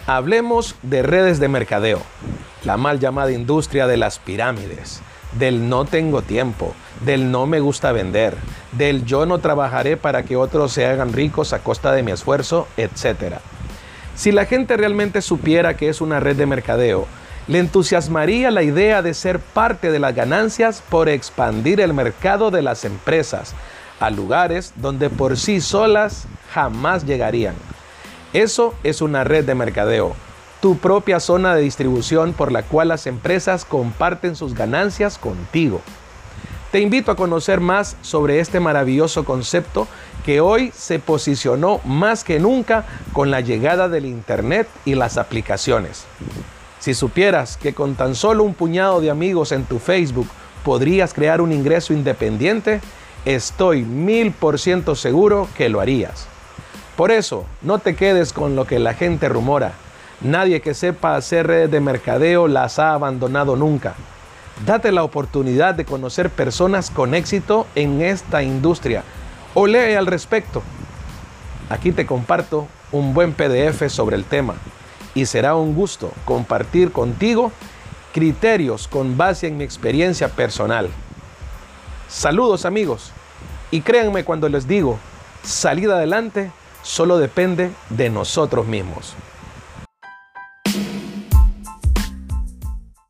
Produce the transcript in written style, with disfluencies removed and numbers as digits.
Hablemos de redes de mercadeo, la mal llamada industria de las pirámides, del no tengo tiempo, del no me gusta vender, del yo no trabajaré para que otros se hagan ricos a costa de mi esfuerzo, etc. Si la gente realmente supiera que es una red de mercadeo, le entusiasmaría la idea de ser parte de las ganancias por expandir el mercado de las empresas a lugares donde por sí solas jamás llegarían. Eso es una red de mercadeo, tu propia zona de distribución por la cual las empresas comparten sus ganancias contigo. Te invito a conocer más sobre este maravilloso concepto que hoy se posicionó más que nunca con la llegada del Internet y las aplicaciones. Si supieras que con tan solo un puñado de amigos en tu Facebook podrías crear un ingreso independiente, estoy 1000% seguro que lo harías. Por eso, no te quedes con lo que la gente rumora. Nadie que sepa hacer redes de mercadeo las ha abandonado nunca. Date la oportunidad de conocer personas con éxito en esta industria o lee al respecto. Aquí te comparto un buen PDF sobre el tema y será un gusto compartir contigo criterios con base en mi experiencia personal. Saludos amigos, y créanme cuando les digo, salir adelante solo depende de nosotros mismos.